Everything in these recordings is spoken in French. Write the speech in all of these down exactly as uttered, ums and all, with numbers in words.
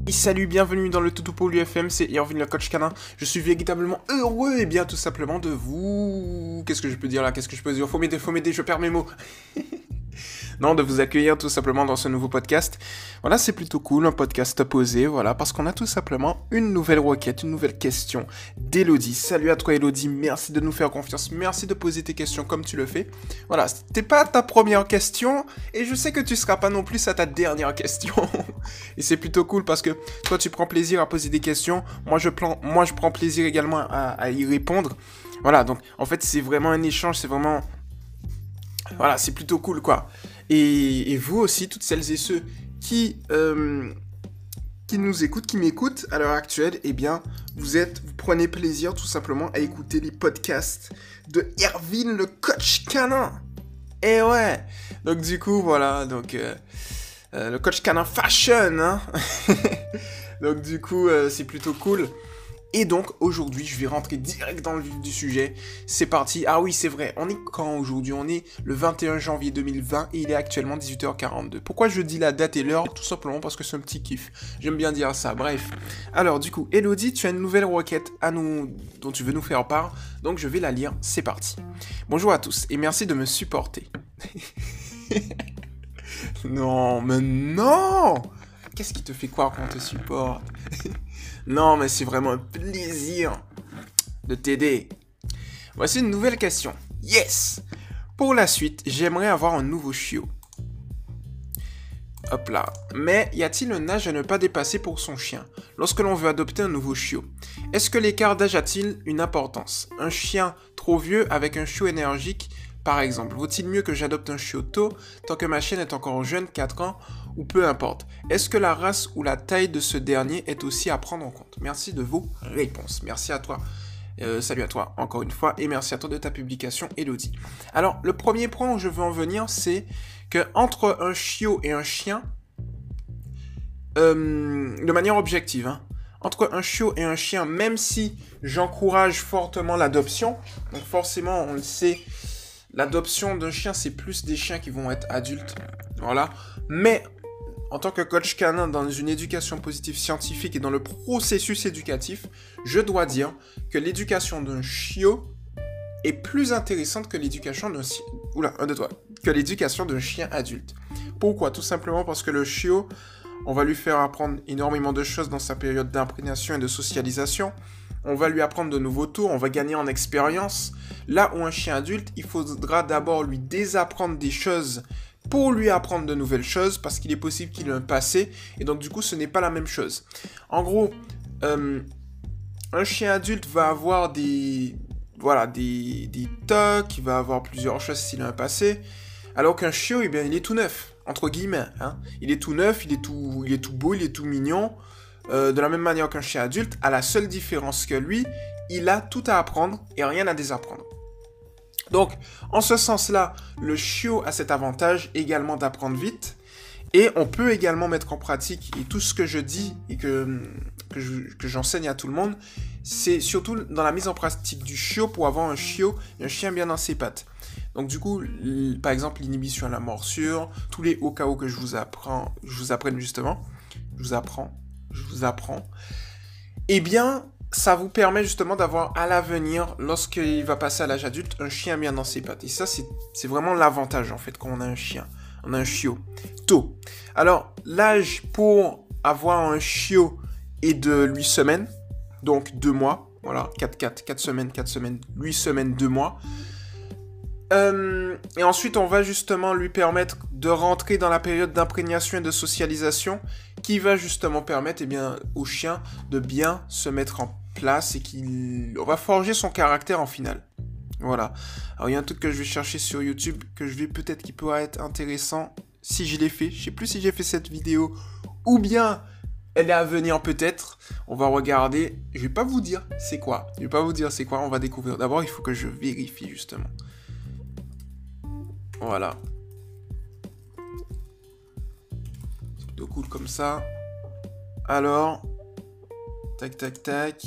Et salut, bienvenue dans le Toutou pour l'U F M, c'est Irvine le coach canin. Je suis véritablement heureux et bien tout simplement de vous... Qu'est-ce que je peux dire là? Qu'est-ce que je peux dire? Faut m'aider, faut m'aider, je perds mes mots. Non, de vous accueillir tout simplement dans ce nouveau podcast. Voilà, c'est plutôt cool, un podcast posé, voilà, parce qu'on a tout simplement une nouvelle requête, une nouvelle question d'Elodie. Salut à toi Elodie, merci de nous faire confiance, merci de poser tes questions comme tu le fais. Voilà, c'était pas ta première question, et je sais que tu seras pas non plus à ta dernière question. Et c'est plutôt cool parce que toi tu prends plaisir à poser des questions, moi je, plan... moi, je prends plaisir également à, à y répondre. Voilà, donc en fait c'est vraiment un échange, c'est vraiment... Voilà, c'est plutôt cool quoi. Et, et vous aussi, toutes celles et ceux qui, euh, qui nous écoutent, qui m'écoutent à l'heure actuelle, eh bien, vous êtes, vous prenez plaisir tout simplement à écouter les podcasts de Irvine le coach canin. Et ouais, donc du coup, voilà, donc euh, euh, le coach canin fashion, hein. Donc du coup, euh, c'est plutôt cool. Et donc, aujourd'hui, je vais rentrer direct dans le vif du sujet. C'est parti. Ah oui, c'est vrai. On est quand aujourd'hui? On est le vingt et un janvier deux mille vingt et il est actuellement dix-huit heures quarante-deux. Pourquoi je dis la date et l'heure? Tout simplement parce que c'est un petit kiff. J'aime bien dire ça. Bref. Alors, du coup, Elodie, tu as une nouvelle requête à nous... dont tu veux nous faire part. Donc, je vais la lire. C'est parti. Bonjour à tous et merci de me supporter. Non, mais non! Qu'est-ce qui te fait croire qu'on te supporte? Non, mais c'est vraiment un plaisir de t'aider. Voici une nouvelle question. Yes! Pour la suite, j'aimerais avoir un nouveau chiot. Hop là. Mais y a-t-il un âge à ne pas dépasser pour son chien lorsque l'on veut adopter un nouveau chiot? Est-ce que l'écart d'âge a-t-il une importance? Un chien trop vieux avec un chiot énergique, par exemple, vaut-il mieux que j'adopte un chiot tôt tant que ma chienne est encore jeune, quatre ans, ou peu importe? Est-ce que la race ou la taille de ce dernier est aussi à prendre en compte? Merci de vos réponses. Merci à toi. Euh, salut à toi encore une fois et merci à toi de ta publication Elodie. Alors le premier point où je veux en venir, c'est que entre un chiot et un chien, euh, de manière objective, hein, entre un chiot et un chien, même si j'encourage fortement l'adoption, donc forcément on le sait, l'adoption d'un chien c'est plus des chiens qui vont être adultes, voilà, mais en tant que coach canin dans une éducation positive scientifique et dans le processus éducatif, je dois dire que l'éducation d'un chiot est plus intéressante que l'éducation d'un chien... Oula, un, deux, trois. Que l'éducation d'un chien adulte. Pourquoi? Tout simplement parce que le chiot, on va lui faire apprendre énormément de choses dans sa période d'imprégnation et de socialisation. On va lui apprendre de nouveaux tours, on va gagner en expérience. Là où un chien adulte, il faudra d'abord lui désapprendre des choses pour lui apprendre de nouvelles choses, parce qu'il est possible qu'il ait un passé, et donc du coup ce n'est pas la même chose. En gros, euh, un chien adulte va avoir des, voilà, des, des tocs, il va avoir plusieurs choses s'il a un passé, alors qu'un chiot, eh bien, il est tout neuf, entre guillemets, hein. Il est tout neuf, il est tout, il est tout beau, il est tout mignon, euh, de la même manière qu'un chien adulte, à la seule différence que lui, il a tout à apprendre et rien à désapprendre. Donc, en ce sens-là, le chiot a cet avantage également d'apprendre vite. Et on peut également mettre en pratique, et tout ce que je dis et que, que, je, que j'enseigne à tout le monde, c'est surtout dans la mise en pratique du chiot pour avoir un chiot et un chien bien dans ses pattes. Donc du coup, l- par exemple, l'inhibition à la morsure, tous les au cas où que je vous apprends, je vous apprenne justement, je vous apprends, je vous apprends, eh bien... ça vous permet justement d'avoir à l'avenir, lorsqu'il va passer à l'âge adulte, un chien bien dans ses pattes. Et ça, c'est, c'est vraiment l'avantage, en fait, quand on a un chien. On a un chiot. Tôt. Alors, l'âge pour avoir un chiot est de huit semaines. Donc, deux mois. Voilà, quatre, quatre, quatre semaines, quatre semaines, huit semaines, deux mois. Euh, et ensuite, on va justement lui permettre de rentrer dans la période d'imprégnation et de socialisation qui va justement permettre eh bien, au chien de bien se mettre en place et qu'il on va forger son caractère en finale. Voilà. Alors, il y a un truc que je vais chercher sur YouTube que je vais peut-être qui pourra être intéressant si je l'ai fait. Je sais plus si j'ai fait cette vidéo ou bien elle est à venir peut-être. On va regarder. Je vais pas vous dire c'est quoi. Je vais pas vous dire c'est quoi. On va découvrir. D'abord, il faut que je vérifie justement. Voilà. C'est plutôt cool comme ça. Alors. Tac, tac, tac.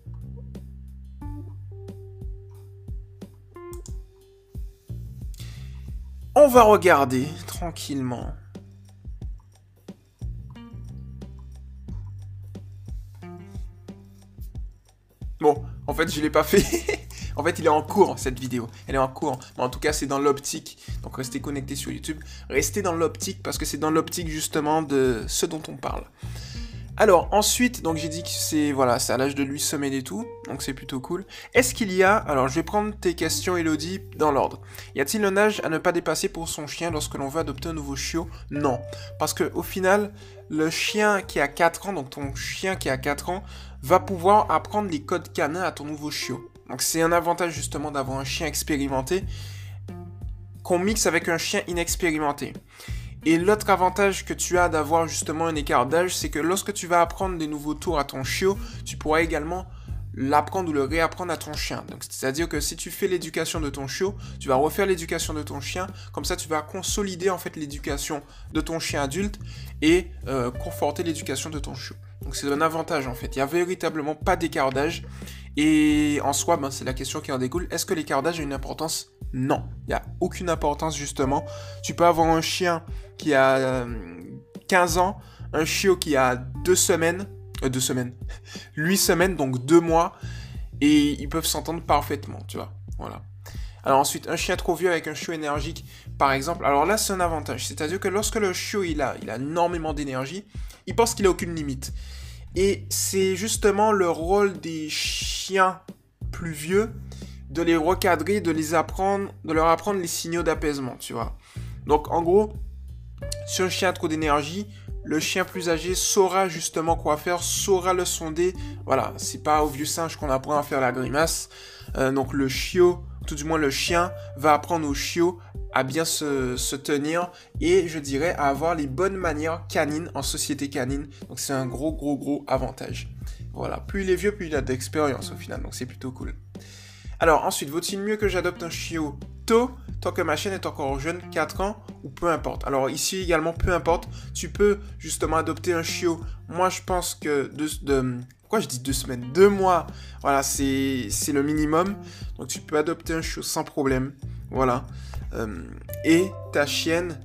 On va regarder tranquillement. Bon, en fait, je l'ai pas fait. En fait, il est en cours, cette vidéo. Elle est en cours. Mais en tout cas, c'est dans l'optique. Donc, restez connectés sur YouTube. Restez dans l'optique parce que c'est dans l'optique, justement, de ce dont on parle. Alors, ensuite, donc j'ai dit que c'est voilà, c'est à l'âge de huit semaines et tout. Donc, c'est plutôt cool. Est-ce qu'il y a... Alors, je vais prendre tes questions, Elodie, dans l'ordre. Y a-t-il un âge à ne pas dépasser pour son chien lorsque l'on veut adopter un nouveau chiot? Non. Parce que au final, le chien qui a quatre ans, donc ton chien qui a quatre ans, va pouvoir apprendre les codes canins à ton nouveau chiot. Donc c'est un avantage justement d'avoir un chien expérimenté qu'on mixe avec un chien inexpérimenté. Et l'autre avantage que tu as d'avoir justement un écart d'âge, c'est que lorsque tu vas apprendre des nouveaux tours à ton chiot, tu pourras également l'apprendre ou le réapprendre à ton chien. Donc c'est-à-dire que si tu fais l'éducation de ton chiot, tu vas refaire l'éducation de ton chien, comme ça tu vas consolider en fait l'éducation de ton chien adulte et euh, conforter l'éducation de ton chiot. Donc c'est un avantage en fait, il n'y a véritablement pas d'écart d'âge. Et en soi, ben, c'est la question qui en découle. Est-ce que l'écart d'âge a une importance? Non, il n'y a aucune importance justement. Tu peux avoir un chien qui a euh, quinze ans, un chiot qui a deux semaines, euh, deux semaines, huit semaines, donc deux mois, et ils peuvent s'entendre parfaitement, tu vois. Voilà. Alors ensuite, un chien trop vieux avec un chiot énergique, par exemple. Alors là, c'est un avantage. C'est-à-dire que lorsque le chiot, il a, il a énormément d'énergie, il pense qu'il n'a aucune limite. Et c'est justement le rôle des chiens plus vieux de les recadrer, de les apprendre, de leur apprendre les signaux d'apaisement, tu vois. Donc en gros, si un chien a trop d'énergie, le chien plus âgé saura justement quoi faire, saura le sonder. Voilà, c'est pas au vieux singe qu'on apprend à faire la grimace. Euh, donc le chiot, tout du moins le chien, va apprendre au chiot à bien se, se tenir et je dirais à avoir les bonnes manières canines en société canine. Donc c'est un gros gros gros avantage. Voilà, plus il est vieux, plus il a d'expérience au final, donc c'est plutôt cool. Alors ensuite, vaut-il mieux que j'adopte un chiot tôt, tant que ma chienne est encore jeune, quatre ans, ou peu importe? Alors ici également, peu importe, tu peux justement adopter un chiot. Moi je pense que de... de Pourquoi je dis deux semaines? Deux mois, voilà, c'est c'est le minimum. Donc tu peux adopter un chiot sans problème. Voilà. Euh, et ta chienne...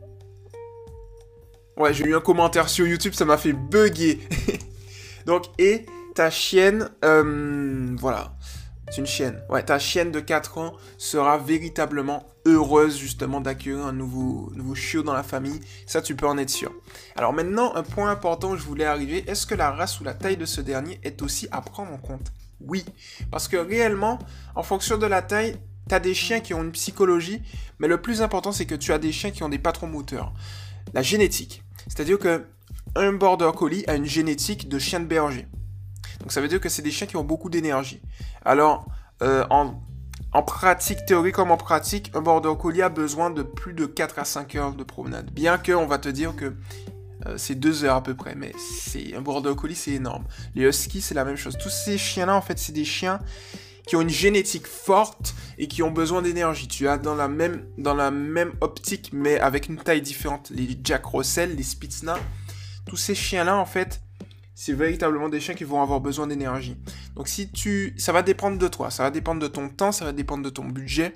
Ouais, j'ai eu un commentaire sur YouTube, ça m'a fait bugger. Donc, et ta chienne... Euh, voilà. C'est une chienne. Ouais, ta chienne de quatre ans sera véritablement heureuse justement d'accueillir un nouveau, nouveau chiot dans la famille. Ça, tu peux en être sûr. Alors maintenant, un point important où je voulais arriver. Est-ce que la race ou la taille de ce dernier est aussi à prendre en compte? Oui. Parce que réellement, en fonction de la taille, tu as des chiens qui ont une psychologie. Mais le plus important, c'est que tu as des chiens qui ont des patrons moteurs. La génétique. C'est-à-dire que un border collie a une génétique de chien de berger. Donc ça veut dire que c'est des chiens qui ont beaucoup d'énergie. Alors, euh, en, en pratique, théorie comme en pratique, un border collie a besoin de plus de quatre à cinq heures de promenade. Bien qu'on va te dire que euh, c'est deux heures à peu près, mais c'est un border collie, c'est énorme. Les huskies, c'est la même chose. Tous ces chiens-là, en fait, c'est des chiens qui ont une génétique forte et qui ont besoin d'énergie. Tu as dans la même, dans la même optique, mais avec une taille différente. Les Jack Russell, les Spitznaz, tous ces chiens-là, en fait... c'est véritablement des chiens qui vont avoir besoin d'énergie. Donc si tu... ça va dépendre de toi, ça va dépendre de ton temps, ça va dépendre de ton budget.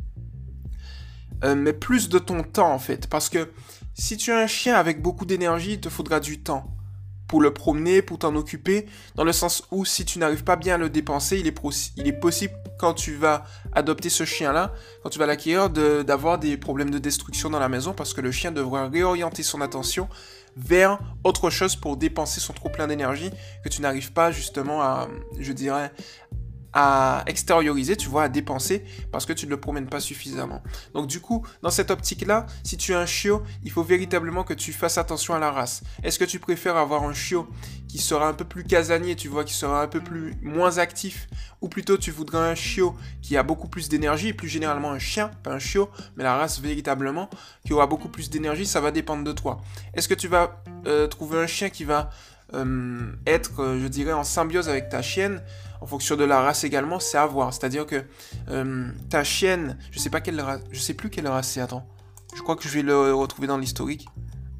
Euh, mais plus de ton temps en fait. Parce que si tu as un chien avec beaucoup d'énergie, il te faudra du temps pour le promener, pour t'en occuper. Dans le sens où si tu n'arrives pas bien à le dépenser, il est, il est possible quand tu vas adopter ce chien-là, quand tu vas l'acquérir, de... d'avoir des problèmes de destruction dans la maison parce que le chien devra réorienter son attention vers autre chose pour dépenser son trop plein d'énergie que tu n'arrives pas justement à, je dirais, à extérioriser, tu vois, à dépenser parce que tu ne le promènes pas suffisamment. Donc du coup, dans cette optique-là, si tu as un chiot, il faut véritablement que tu fasses attention à la race. Est-ce que tu préfères avoir un chiot qui sera un peu plus casanier, tu vois, qui sera un peu plus moins actif, ou plutôt tu voudrais un chiot qui a beaucoup plus d'énergie, et plus généralement un chien, pas un chiot, mais la race véritablement, qui aura beaucoup plus d'énergie, ça va dépendre de toi. Est-ce que tu vas euh, trouver un chien qui va euh, être, euh, je dirais, en symbiose avec ta chienne, en fonction de la race également, c'est à voir. C'est-à-dire que euh, ta chienne, je sais pas quelle race, je sais plus quelle race c'est, attends. Je crois que je vais le retrouver dans l'historique.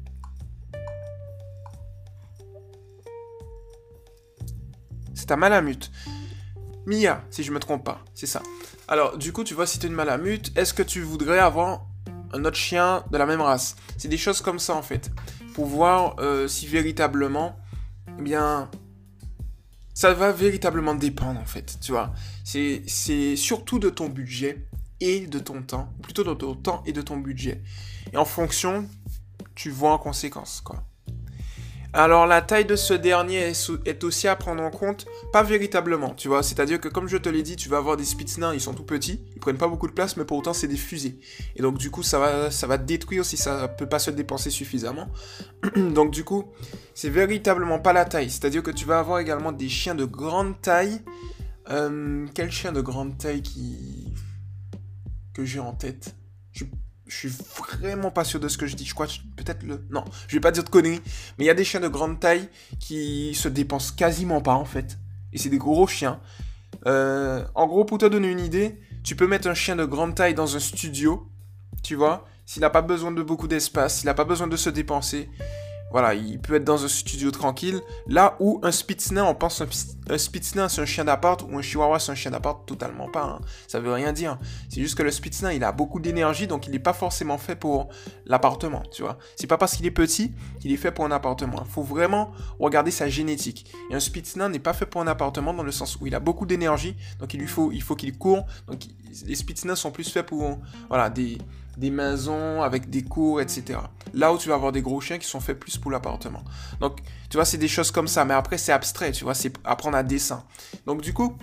C'est ta Malamute. Mia, si je me trompe pas, c'est ça. Alors, du coup, tu vois, si tu es une Malamute, est-ce que tu voudrais avoir un autre chien de la même race? C'est des choses comme ça, en fait. Pour voir euh, si véritablement, eh bien... Ça va véritablement dépendre, en fait, tu vois. C'est, c'est surtout de ton budget et de ton temps, ou plutôt de ton temps et de ton budget. Et en fonction, tu vois en conséquence, quoi. Alors, la taille de ce dernier est, est aussi à prendre en compte, pas véritablement, tu vois. C'est-à-dire que, comme je te l'ai dit, tu vas avoir des Spitz nains, ils sont tout petits, ils prennent pas beaucoup de place, mais pour autant, c'est des fusées. Et donc, du coup, ça va, ça va te détruire si ça peut pas se dépenser suffisamment. Donc, du coup, c'est véritablement pas la taille. C'est-à-dire que tu vas avoir également des chiens de grande taille. Euh, quel chien de grande taille qui... que j'ai en tête? Je Je suis vraiment pas sûr de ce que je dis. Je crois que peut-être le... Non, je vais pas dire de conneries. Mais il y a des chiens de grande taille qui se dépensent quasiment pas, en fait. Et c'est des gros chiens. Euh, en gros, pour te donner une idée, tu peux mettre un chien de grande taille dans un studio. Tu vois, s'il n'a pas besoin de beaucoup d'espace, s'il n'a pas besoin de se dépenser. Voilà, il peut être dans un studio tranquille. Là où un Spitz nain, on pense un, un Spitz nain c'est un chien d'appart ou un Chihuahua c'est un chien d'appart, totalement pas. Hein. Ça veut rien dire. C'est juste que le Spitz nain, il a beaucoup d'énergie, donc il n'est pas forcément fait pour l'appartement, tu vois. C'est pas parce qu'il est petit qu'il est fait pour un appartement. Il faut vraiment regarder sa génétique. Et un Spitz nain n'est pas fait pour un appartement dans le sens où il a beaucoup d'énergie, donc il lui faut, il faut qu'il court. Donc les Spitz nains sont plus faits pour, voilà, des... des maisons avec des cours, et cetera. Là où tu vas avoir des gros chiens qui sont faits plus pour l'appartement. Donc, tu vois, c'est des choses comme ça. Mais après, c'est abstrait, tu vois, c'est apprendre à dessin. Donc, du coup,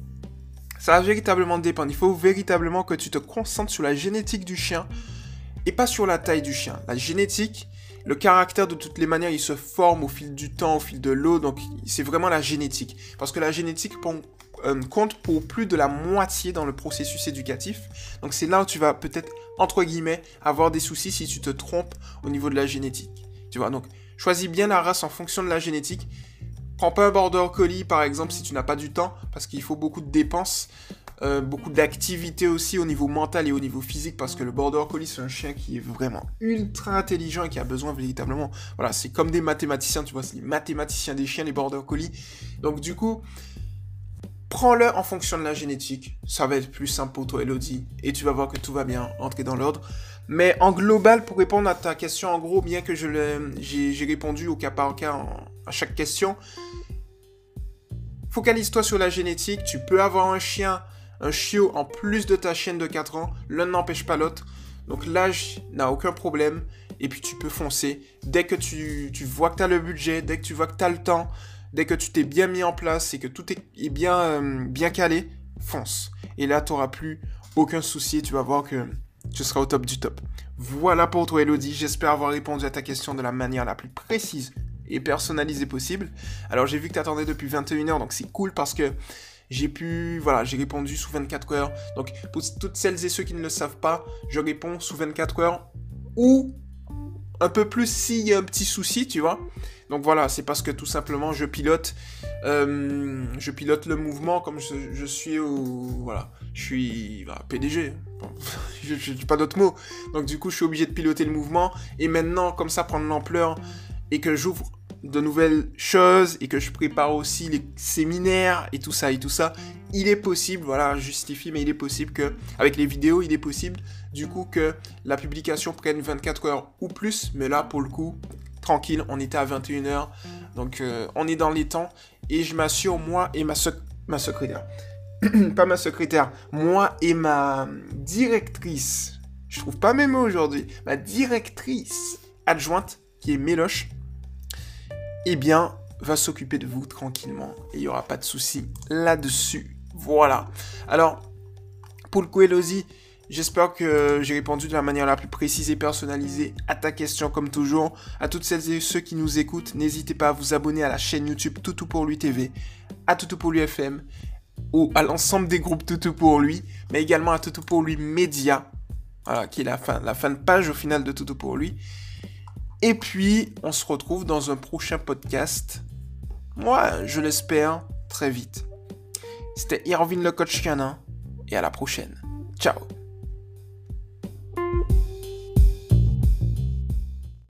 ça va véritablement dépendre. Il faut véritablement que tu te concentres sur la génétique du chien et pas sur la taille du chien. La génétique, le caractère, de toutes les manières, il se forme au fil du temps, au fil de l'eau. Donc, c'est vraiment la génétique. Parce que la génétique, pour... Euh, compte pour plus de la moitié dans le processus éducatif. Donc c'est là où tu vas peut-être, entre guillemets, avoir des soucis si tu te trompes au niveau de la génétique. Tu vois, donc choisis bien la race en fonction de la génétique. Prends pas un border collie par exemple si tu n'as pas du temps, parce qu'il faut beaucoup de dépenses, euh, beaucoup d'activité aussi au niveau mental et au niveau physique, parce que le border collie c'est un chien qui est vraiment ultra intelligent et qui a besoin véritablement, voilà, c'est comme des mathématiciens, tu vois, c'est les mathématiciens des chiens, les border collie. Donc du coup, prends-le en fonction de la génétique. Ça va être plus simple pour toi, Elodie. Et tu vas voir que tout va bien entrer dans l'ordre. Mais en global, pour répondre à ta question, en gros, bien que je j'ai, j'ai répondu au cas par cas en, à chaque question, focalise-toi sur la génétique. Tu peux avoir un chien, un chiot en plus de ta chienne de quatre ans. L'un n'empêche pas l'autre. Donc l'âge n'a aucun problème. Et puis tu peux foncer. Dès que tu, tu vois que tu as le budget, dès que tu vois que tu as le temps, dès que tu t'es bien mis en place et que tout est, est bien, euh, bien calé, fonce. Et là, tu n'auras plus aucun souci. Tu vas voir que tu seras au top du top. Voilà pour toi, Elodie. J'espère avoir répondu à ta question de la manière la plus précise et personnalisée possible. Alors, j'ai vu que tu attendais depuis vingt et une heures, donc c'est cool parce que j'ai pu... Voilà, j'ai répondu sous vingt-quatre heures. Donc, pour toutes celles et ceux qui ne le savent pas, je réponds sous vingt-quatre heures ou un peu plus s'il y a un petit souci, tu vois. Donc voilà, c'est parce que tout simplement je pilote, euh, je pilote le mouvement comme je, je suis au, voilà, je suis voilà, P D G, bon, je n'ai pas d'autres mots. Donc du coup, je suis obligé de piloter le mouvement et maintenant, comme ça, prendre l'ampleur et que j'ouvre de nouvelles choses et que je prépare aussi les séminaires et tout ça et tout ça, il est possible, voilà, justifie, mais il est possible que, avec les vidéos, il est possible du coup que la publication prenne vingt-quatre heures ou plus, mais là, pour le coup, tranquille, on était à vingt et une heures, donc euh, on est dans les temps, et je m'assure, moi et ma, sec- ma secrétaire, pas ma secrétaire, moi et ma directrice, je trouve pas mes mots aujourd'hui, ma directrice adjointe, qui est Méloche, eh bien, va s'occuper de vous tranquillement, et il n'y aura pas de souci là-dessus, voilà. Alors, pour le coup, Elodie, j'espère que j'ai répondu de la manière la plus précise et personnalisée à ta question comme toujours. À toutes celles et ceux qui nous écoutent, n'hésitez pas à vous abonner à la chaîne YouTube Toutou pour lui T V, à Toutou pour lui F M, ou à l'ensemble des groupes Toutou pour lui, mais également à Toutou pour lui Média, voilà, qui est la fin, la fin de page au final de Toutou pour lui. Et puis, on se retrouve dans un prochain podcast. Moi, je l'espère, très vite. C'était Irvine le coach canin, et à la prochaine. Ciao.